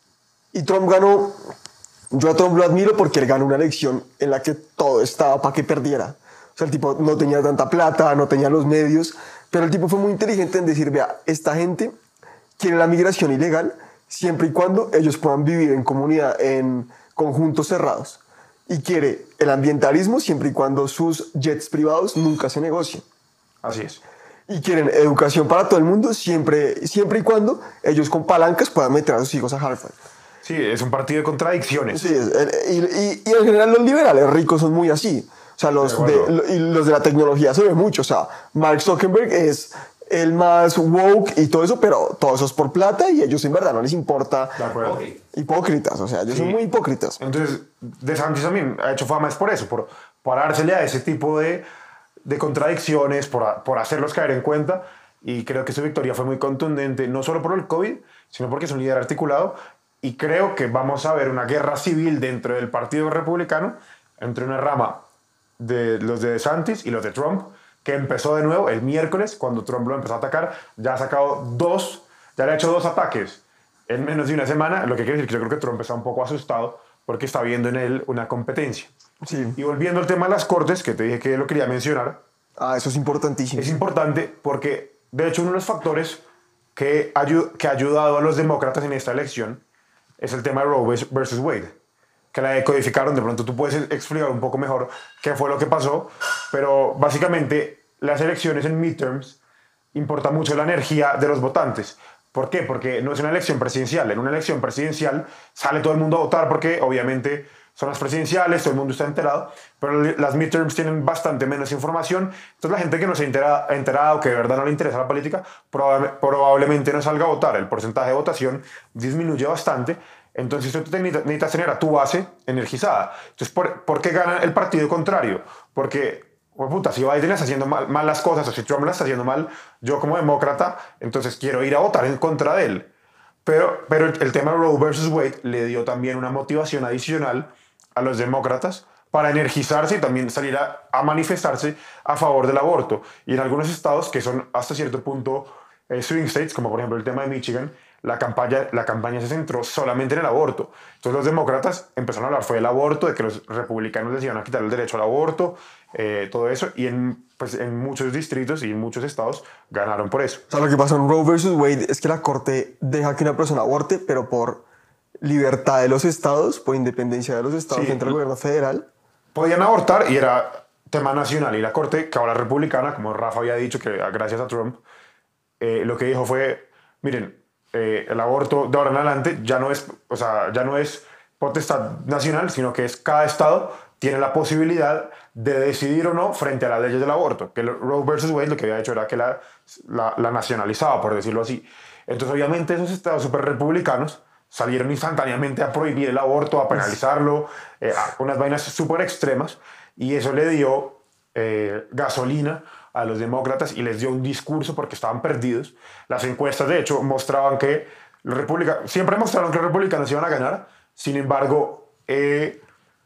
Y Trump ganó, yo a Trump lo admiro porque él ganó una elección en la que todo estaba para que perdiera. O sea, el tipo no tenía tanta plata, no tenía los medios, pero el tipo fue muy inteligente en decir, vea, esta gente quiere la migración ilegal siempre y cuando ellos puedan vivir en comunidad, en conjuntos cerrados. Y quiere el ambientalismo siempre y cuando sus jets privados nunca se negocien. Así es. Y quieren educación para todo el mundo siempre, siempre y cuando ellos con palancas puedan meter a sus hijos a Harvard. Sí, es un partido de contradicciones. Sí, es- el- y, y- y en general los liberales ricos son muy así. O sea, los De de, acuerdo. lo- y los de la tecnología se ve mucho. O sea, Mark Zuckerberg es el más woke y todo eso, pero todo eso es por plata y ellos en verdad no les importa. De acuerdo. Hipócritas, o sea, ellos son Sí. muy hipócritas. Entonces, DeSantis también ha hecho fama es por eso, por parársele a ese tipo de, de contradicciones, por, a- por hacerlos caer en cuenta. Y creo que su victoria fue muy contundente, no solo por el COVID, sino porque es un líder articulado. Y creo que vamos a ver una guerra civil dentro del Partido Republicano entre una rama de los de DeSantis y los de Trump, que empezó de nuevo el miércoles, cuando Trump lo empezó a atacar. Ya ha sacado dos, ya le ha hecho dos ataques en menos de una semana, lo que quiere decir que yo creo que Trump está un poco asustado porque está viendo en él una competencia. Sí. Y volviendo al tema de las cortes, que te dije que lo quería mencionar, Ah, eso es importantísimo. es importante porque, de hecho, uno de los factores que, ayu- que ha ayudado a los demócratas en esta elección es el tema de Roe versus Wade, que la decodificaron. De pronto tú puedes explicar un poco mejor qué fue lo que pasó, pero básicamente las elecciones en midterms importa mucho la energía de los votantes. ¿Por qué? Porque no es una elección presidencial. En una elección presidencial sale todo el mundo a votar porque obviamente son las presidenciales, todo el mundo está enterado, pero las midterms tienen bastante menos información. Entonces la gente que no se ha entera- enterado, que de verdad no le interesa la política, proba- probablemente no salga a votar. El porcentaje de votación disminuye bastante. Entonces tú te necesitas necesitas tener a tu base energizada. Entonces, ¿por, ¿por qué gana el partido contrario? Porque, pues, puta, si Biden está haciendo mal, mal las cosas o si Trump las está haciendo mal, yo como demócrata, entonces quiero ir a votar en contra de él. Pero, pero el, el tema Roe versus Wade le dio también una motivación adicional a los demócratas para energizarse y también salir a, a manifestarse a favor del aborto. Y en algunos estados que son hasta cierto punto eh, swing states, como por ejemplo el tema de Michigan, la campaña, la campaña se centró solamente en el aborto. Entonces los demócratas empezaron a hablar fue del aborto, de que los republicanos les iban a quitar el derecho al aborto, eh, todo eso, y en, pues, en muchos distritos y en muchos estados ganaron por eso. O sea, lo que pasó en Roe versus Wade es que la corte deja que una persona aborte, pero por libertad de los estados, por independencia de los estados Sí. entre el gobierno federal. Podían abortar y era tema nacional, y la corte, que ahora es republicana, como Rafa había dicho, que gracias a Trump, eh, lo que dijo fue, miren, eh, el aborto de ahora en adelante ya no es, o sea, ya no es potestad nacional, sino que es cada estado tiene la posibilidad de decidir o no frente a las leyes del aborto. Que el Roe versus Wade lo que había hecho era que la, la, la nacionalizaba, por decirlo así. Entonces, obviamente, esos estados súper republicanos salieron instantáneamente a prohibir el aborto, a penalizarlo, eh, a unas vainas súper extremas, y eso le dio eh, gasolina a los demócratas y les dio un discurso porque estaban perdidos. Las encuestas, de hecho, mostraban que los republicanos, siempre mostraron que los republicanos iban a ganar. Sin embargo, eh,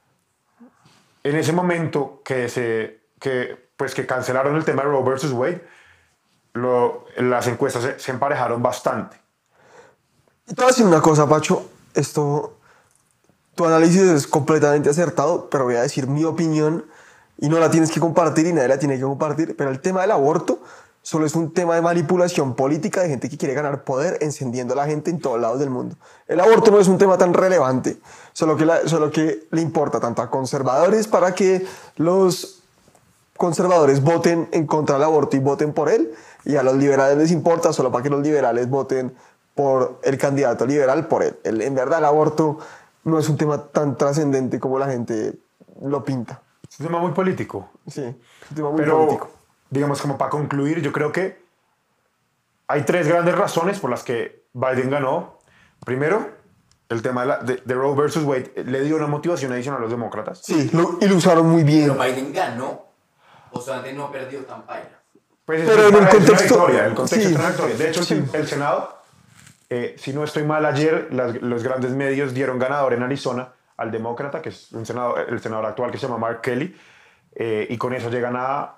en ese momento que, se, que, pues que cancelaron el tema de Roe versus Wade, lo, las encuestas se, se emparejaron bastante. Y te voy a decir una cosa, Pacho, esto, tu análisis es completamente acertado, pero voy a decir mi opinión y no la tienes que compartir y nadie la tiene que compartir, pero el tema del aborto solo es un tema de manipulación política de gente que quiere ganar poder encendiendo a la gente en todos lados del mundo. El aborto no es un tema tan relevante, solo que, la, solo que le importa tanto a conservadores para que los conservadores voten en contra del aborto y voten por él, y a los liberales les importa solo para que los liberales voten por el candidato liberal por él. El, en verdad el aborto no es un tema tan trascendente como la gente lo pinta. Es un tema muy político. Sí, es un tema muy Pero, político. digamos, como para concluir, yo creo que hay tres grandes razones por las que Biden ganó. Primero, el tema de, la, de, de Roe versus Wade le dio una motivación adicional a los demócratas. Sí, lo, y lo usaron muy bien. Pero Biden ganó, o sea, no perdió tan paila. Pues es Pero en una- el es una contexto- victoria, el contexto sí. es una victoria. De hecho, el- Sí. el Senado, eh, si no estoy mal, ayer las- los grandes medios dieron ganador en Arizona al demócrata, que es un senador, el senador actual que se llama Mark Kelly, eh, y con eso llegan a,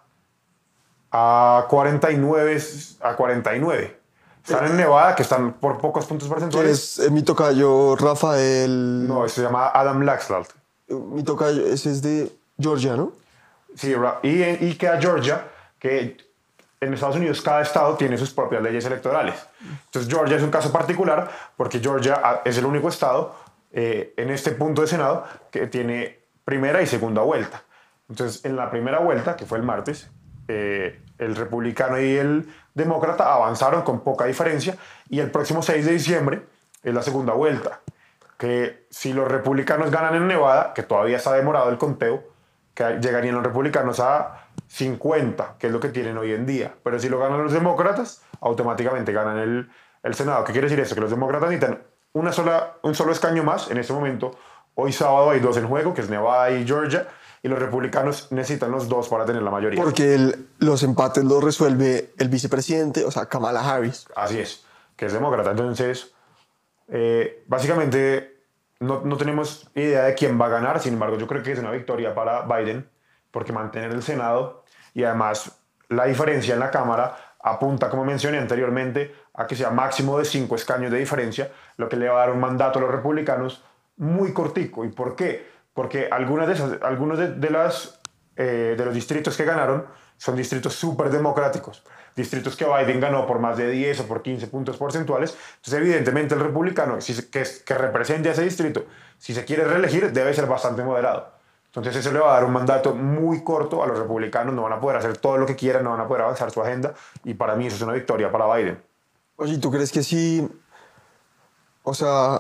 a cuarenta y nueve. A cuarenta y nueve. Están en Nevada, que están por pocos puntos porcentuales. Es, eh, mi tocayo Rafael. No, se llama Adam Laxalt. Mi tocayo, ese es de Georgia, ¿no? Sí, Ra- y, y queda Georgia, que en Estados Unidos cada estado tiene sus propias leyes electorales. Entonces Georgia es un caso particular porque Georgia ah, es el único estado eh, en este punto de Senado que tiene primera y segunda vuelta. Entonces en la primera vuelta, que fue el martes, eh, el republicano y el demócrata avanzaron con poca diferencia, y el próximo seis de diciembre es la segunda vuelta, que si los republicanos ganan en Nevada, que todavía está demorado el conteo, que llegarían los republicanos a cincuenta, que es lo que tienen hoy en día. Pero si lo ganan los demócratas, automáticamente ganan el, el Senado. ¿Qué quiere decir eso? Que los demócratas necesitan una sola, un solo escaño más. En este momento, hoy sábado hay dos en juego, que es Nevada y Georgia, y los republicanos necesitan los dos para tener la mayoría. Porque el- los empates los resuelve el vicepresidente, o sea, Kamala Harris. Así es, que es demócrata. Entonces, eh, básicamente, no, no tenemos idea de quién va a ganar. Sin embargo, yo creo que es una victoria para Biden, porque mantener el Senado y además la diferencia en la Cámara apunta, como mencioné anteriormente, a que sea máximo de cinco escaños de diferencia, lo que le va a dar un mandato a los republicanos muy cortico. ¿Y por qué? Porque algunas de esas, algunos de, de, las, eh, de los distritos que ganaron son distritos súper democráticos, distritos que Biden ganó por más de diez o por quince puntos porcentuales. Entonces, evidentemente, el republicano si se, que, que represente a ese distrito, si se quiere reelegir, debe ser bastante moderado. Entonces, eso le va a dar un mandato muy corto a los republicanos, no van a poder hacer todo lo que quieran, no van a poder avanzar su agenda, y para mí eso es una victoria para Biden. Oye, ¿tú crees que sí? O sea,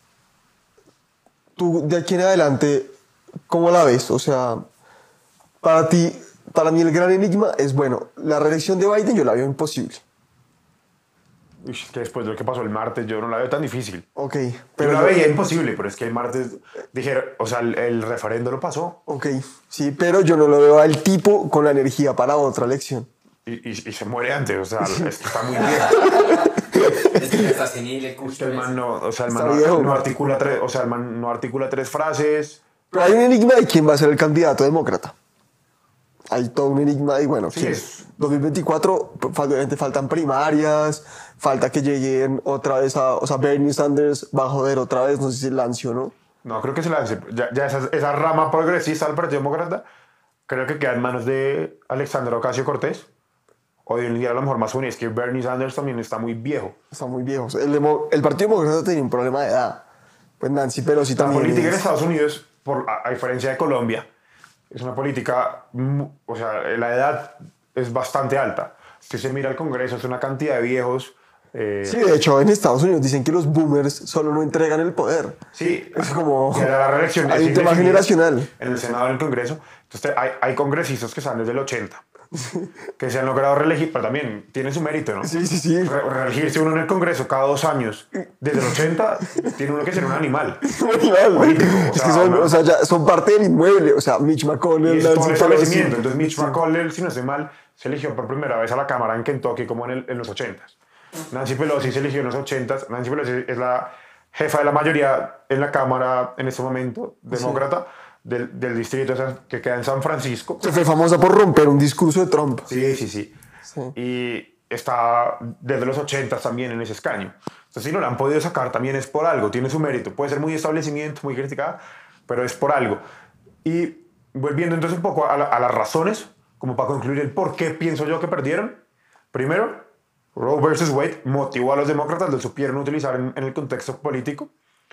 tú de aquí en adelante, ¿cómo la ves? O sea, para ti, para mí el gran enigma es, bueno, la reelección de Biden yo la veo imposible. Uy, que después de lo que pasó el martes, yo no la veo tan difícil. Ok, Pero pero yo la yo- veía imposible, pero es que el martes dijeron, o sea, el, el referendo lo pasó Ok, sí, pero yo no lo veo al tipo con la energía para otra elección. y, y, y se muere antes, o sea, es que está muy bien. Es que está senil el Es curso. que el man no, o sea, el man Está no, viejo. no articula tres, o sea, el man no articula tres frases. Pero hay un enigma de quién va a ser el candidato demócrata. hay todo un enigma y bueno, Sí, ¿quién? es- dos mil veinticuatro, obviamente faltan primarias, falta que lleguen otra vez a, o sea, Bernie Sanders va a joder otra vez, no sé si Lance o no. No, creo que se lance. Ya, ya esa, esa rama progresista del Partido Demócrata, creo que queda en manos de Alexandra Ocasio-Cortez. O de un día a lo mejor más joven. Es que Bernie Sanders también está muy viejo. Están muy viejos. El, demo- el Partido Demócrata tenía un problema de edad. Pues Nancy Pelosi La también. política en es- Estados Unidos, por, a, a diferencia de Colombia, es una política, mu- o sea, la edad es bastante alta. Si se mira el Congreso, es una cantidad de viejos. eh, Sí, de hecho, en Estados Unidos dicen que los boomers solo no entregan el poder. Sí, Es como- y la reelección hay es un tema indefinida generacional. en el Senado y en el Congreso. Entonces hay, hay congresistas que están desde el ochenta, que se han logrado reelegir, pero también tiene su mérito, ¿no? Sí, sí, sí. Re- reelegirse uno en el Congreso cada dos años, desde el ochenta, tiene uno que ser un animal. Animal. Político, o Es sea, que son, una- o sea, ya son parte del inmueble. O sea, Mitch Y McConnell, es todo Nancy el Pelosi. establecimiento. Entonces Mitch McConnell, si no estoy mal, se eligió por primera vez a la Cámara en Kentucky como en, el- en los ochentas. Nancy Pelosi se eligió en los ochentas. Nancy Pelosi es la jefa de la mayoría en la Cámara en este momento, demócrata, del, del distrito de San- que queda en San Francisco. Se fue famosa por romper un discurso de Trump. Sí, sí, sí. Y está desde los ochentas también en ese escaño. Entonces, si no la han podido sacar, también es por algo, tiene su mérito. Puede ser muy establecimiento, muy criticada, pero es por algo. Y volviendo entonces un poco a, la- a las razones, como para concluir el por qué pienso yo que perdieron. Primero, Roe versus Wade motivó a los demócratas, lo supieron utilizar en, en el contexto político.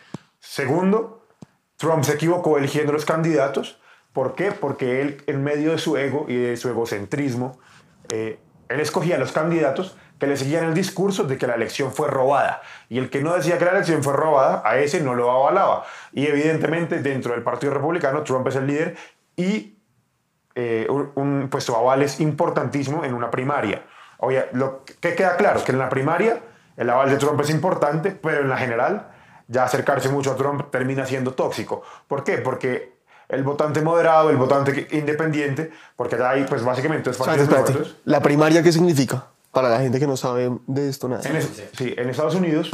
Segundo, Trump se equivocó eligiendo los candidatos. ¿Por qué? Porque él, en medio de su ego y de su egocentrismo, eh, él escogía a los candidatos que le seguían el discurso de que la elección fue robada. Y el que no decía que la elección fue robada, a ese no lo avalaba. Y evidentemente, dentro del Partido Republicano, Trump es el líder y eh, un, un puesto aval es importantísimo en una primaria. Oye, lo que queda claro que en la primaria el aval de Trump es importante, pero en la general ya acercarse mucho a Trump termina siendo tóxico. ¿Por qué? Porque el votante moderado, el votante que- independiente, porque ya hay pues básicamente dos Espérate, partidos espérate. muertos. ¿La primaria qué significa? Para la gente que no sabe de esto nada. En, es- sí, en Estados Unidos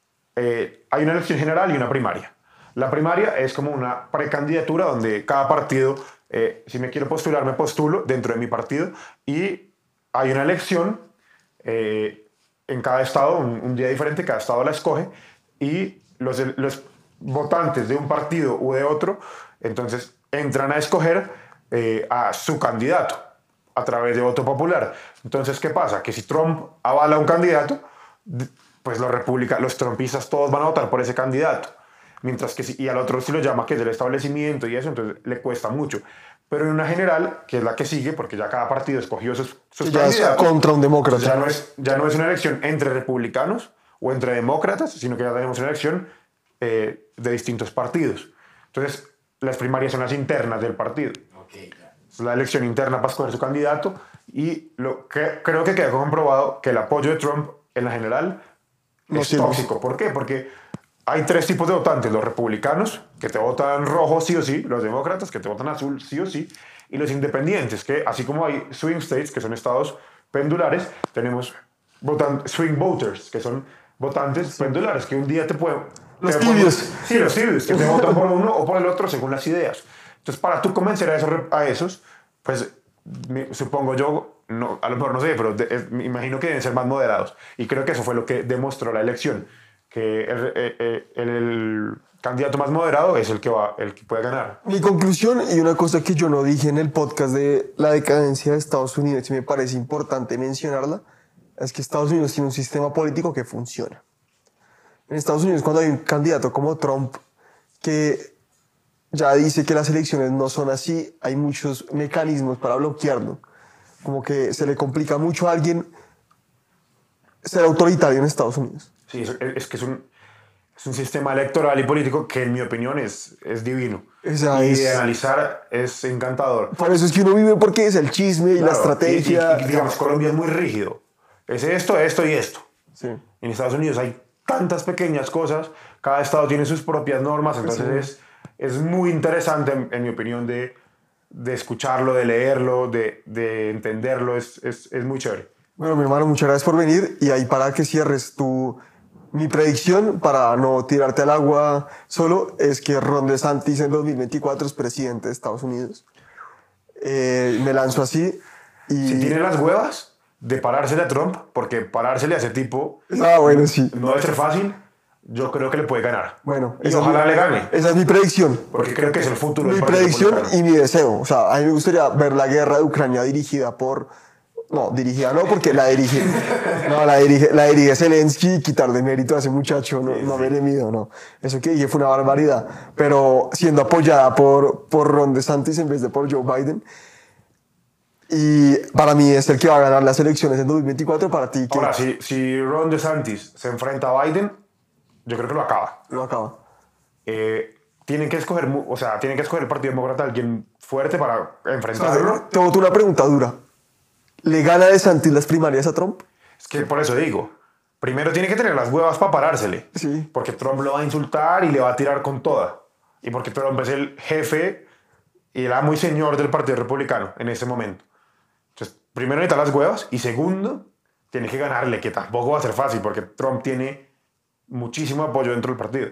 eh, hay una elección general y una primaria. La primaria es como una precandidatura donde cada partido, eh, si me quiero postular, me postulo dentro de mi partido y hay una elección eh, en cada estado, un, un día diferente, cada estado la escoge y los, los votantes de un partido u de otro, entonces entran a escoger eh, a su candidato a través de voto popular. Entonces, ¿qué pasa? Que si Trump avala a un candidato, d- pues los republicanos, los trumpistas todos van a votar por ese candidato. Mientras que si, y al otro si lo llama que es del establecimiento y eso, entonces le cuesta mucho. Pero en una general, que es la que sigue, porque ya cada partido escogió sus, sus Que ya es candidatos. contra un demócrata. Entonces ya no, es, ya no es una elección entre republicanos o entre demócratas, sino que ya tenemos una elección eh, de distintos partidos. Entonces, las primarias son las internas del partido. Ok, ya. Es la elección interna para escoger su candidato y lo que, creo que queda comprobado que el apoyo de Trump en la general No es sirve. tóxico. ¿Por qué? Porque hay tres tipos de votantes: los republicanos, que te votan rojo sí o sí; los demócratas, que te votan azul sí o sí; y los independientes, que así como hay swing states, que son estados pendulares, tenemos votan swing voters, que son votantes pendulares, que un día te pueden... Los te ponen- tibios. Sí, los tibios, que te votan por uno o por el otro según las ideas. Entonces, para tú convencer a esos, a esos pues me- supongo yo, no, a lo mejor no sé, pero de- es- me imagino que deben ser más moderados. Y creo que eso fue lo que demostró la elección, que el, eh, eh, el- el candidato más moderado es el que, va, el que puede ganar. Mi conclusión, y una cosa que yo no dije en el podcast de la decadencia de Estados Unidos y me parece importante mencionarla, es que Estados Unidos tiene un sistema político que funciona. En Estados Unidos, cuando hay un candidato como Trump que ya dice que las elecciones no son así, hay muchos mecanismos para bloquearlo. Como que se le complica mucho a alguien ser autoritario en Estados Unies. Sí, es, es que es un, es un sistema electoral y político que en mi opinión es, es divino. O sea, y es- de analizar es encantador. Por eso es que uno vive porque es el chisme y la Claro, estrategia. y- y, digamos, Colombia es muy rígido. Es esto, esto y esto. Sí. En Estados Unidos hay tantas pequeñas cosas, cada estado tiene sus propias normas, entonces es, es muy interesante, en, en mi opinión, de, de escucharlo, de leerlo, de, de entenderlo, es, es, es muy chévere. Bueno, mi hermano, muchas gracias por venir. Y ahí para que cierres tu... Mi predicción, para no tirarte al agua solo, es que Ron DeSantis en dos mil veinticuatro es presidente de Estados Unidos. eh, me lanzo así y... Si tiene las huevas de parársele a Trump, porque parársele a ese tipo Ah, bueno, sí. no debe ser fácil, yo creo que le puede ganar. Bueno, y esa es ojalá mi- le gane, Esa es mi predicción. porque creo que es el futuro Mi del Partido predicción Republicano. y mi deseo. O sea, a mí me gustaría ver la guerra de Ucrania dirigida por... No, dirigida no, porque la dirige... No, la dirige, la dirige Zelensky y quitar de mérito a ese muchacho. No, no me le mido, no. Eso que dije fue una barbaridad. Pero siendo apoyada por, por Ron DeSantis en vez de por Joe Biden. Y para mí es el que va a ganar las elecciones en dos mil veinticuatro. Para ti, que Ahora, si, si Ron DeSantis se enfrenta a Biden, yo creo que lo acaba. lo acaba. Eh, tienen que escoger, mu- o sea, tienen que escoger el Partido Demócrata alguien fuerte para O sea, enfrentarlo. te boto una pregunta dura. ¿Le gana DeSantis las primarias a Trump? Es que por eso digo, primero tiene que tener las huevas para parársele. Sí. Porque Trump lo va a insultar y le va a tirar con toda. Y porque Trump es el jefe y el amo y señor del Partido Republicano en ese momento. Entonces, primero necesita las huevas y segundo, tiene que ganarle, que tampoco va a ser fácil porque Trump tiene muchísimo apoyo dentro del partido.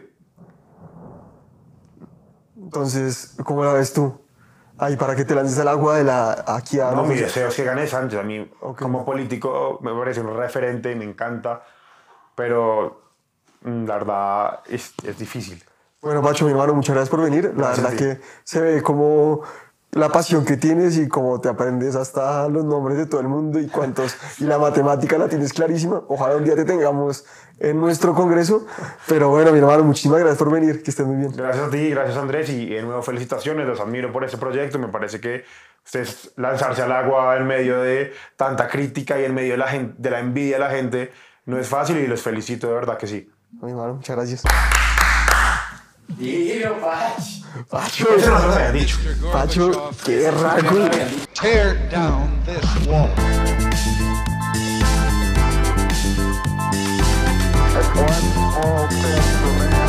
Entonces, ¿cómo la ves tú? Ahí para que te lances al agua de la aquí a... No, mi sé. deseo es que gane Sánchez. A mí, Ok. como político, me parece un referente, me encanta, pero mm, la verdad es, es difícil. Bueno, Pacho, mi hermano, muchas gracias por venir. La Gracias a verdad ti. que se ve como la pasión que tienes y cómo te aprendes hasta los nombres de todo el mundo y cuántos... Y la matemática la tienes clarísima. Ojalá un día te tengamos en nuestro congreso. Pero bueno, mi hermano, muchísimas gracias por venir. Que estés muy bien. Gracias a ti, gracias Andrés, y de nuevo felicitaciones, los admiro por este proyecto. Me parece que ustedes lanzarse al agua en medio de tanta crítica y en medio de la, gen- de la envidia de la gente no es fácil y los felicito de verdad que sí. Mi hermano, muchas gracias. Dilo, Pach. Pacho, Eso no se los habían dicho. Pacho, qué raco. Tear down this wall. One small step for man.